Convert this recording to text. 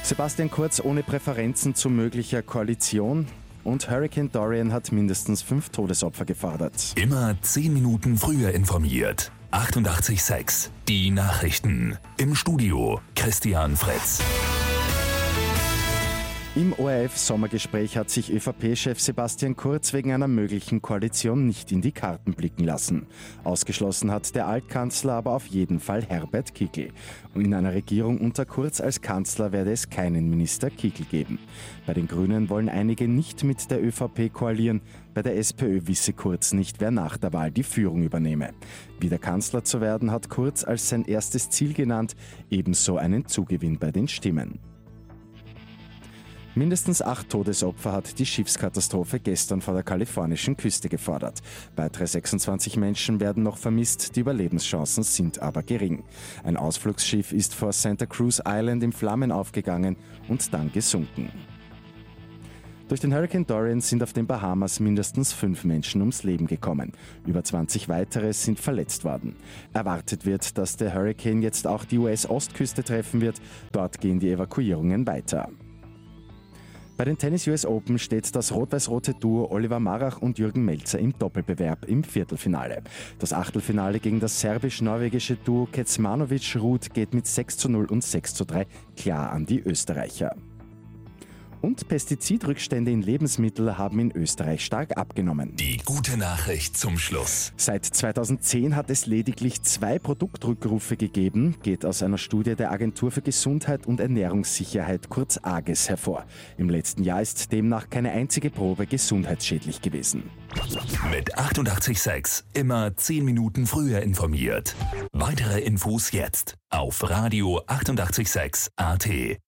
Sebastian Kurz ohne Präferenzen zu möglicher Koalition und Hurricane Dorian hat mindestens 5 Todesopfer gefordert. Immer 10 Minuten früher informiert. 88,6. Die Nachrichten. Im Studio Christian Fritz. Im ORF-Sommergespräch hat sich ÖVP-Chef Sebastian Kurz wegen einer möglichen Koalition nicht in die Karten blicken lassen. Ausgeschlossen hat der Altkanzler aber auf jeden Fall Herbert Kickl. Und in einer Regierung unter Kurz als Kanzler werde es keinen Minister Kickl geben. Bei den Grünen wollen einige nicht mit der ÖVP koalieren. Bei der SPÖ wisse Kurz nicht, wer nach der Wahl die Führung übernehme. Wieder Kanzler zu werden, hat Kurz als sein erstes Ziel genannt, ebenso einen Zugewinn bei den Stimmen. Mindestens 8 Todesopfer hat die Schiffskatastrophe gestern vor der kalifornischen Küste gefordert. Weitere 26 Menschen werden noch vermisst, die Überlebenschancen sind aber gering. Ein Ausflugsschiff ist vor Santa Cruz Island in Flammen aufgegangen und dann gesunken. Durch den Hurricane Dorian sind auf den Bahamas mindestens 5 Menschen ums Leben gekommen. Über 20 weitere sind verletzt worden. Erwartet wird, dass der Hurricane jetzt auch die US-Ostküste treffen wird. Dort gehen die Evakuierungen weiter. Bei den Tennis US Open steht das rot-weiß-rote Duo Oliver Marach und Jürgen Melzer im Doppelbewerb im Viertelfinale. Das Achtelfinale gegen das serbisch-norwegische Duo Kecmanovic-Ruud geht mit 6:0 und 6:3 klar an die Österreicher. Und Pestizidrückstände in Lebensmitteln haben in Österreich stark abgenommen. Die gute Nachricht zum Schluss. Seit 2010 hat es lediglich 2 Produktrückrufe gegeben, geht aus einer Studie der Agentur für Gesundheit und Ernährungssicherheit, kurz AGES, hervor. Im letzten Jahr ist demnach keine einzige Probe gesundheitsschädlich gewesen. Mit 88,6 immer 10 Minuten früher informiert. Weitere Infos jetzt auf Radio 88,6 AT.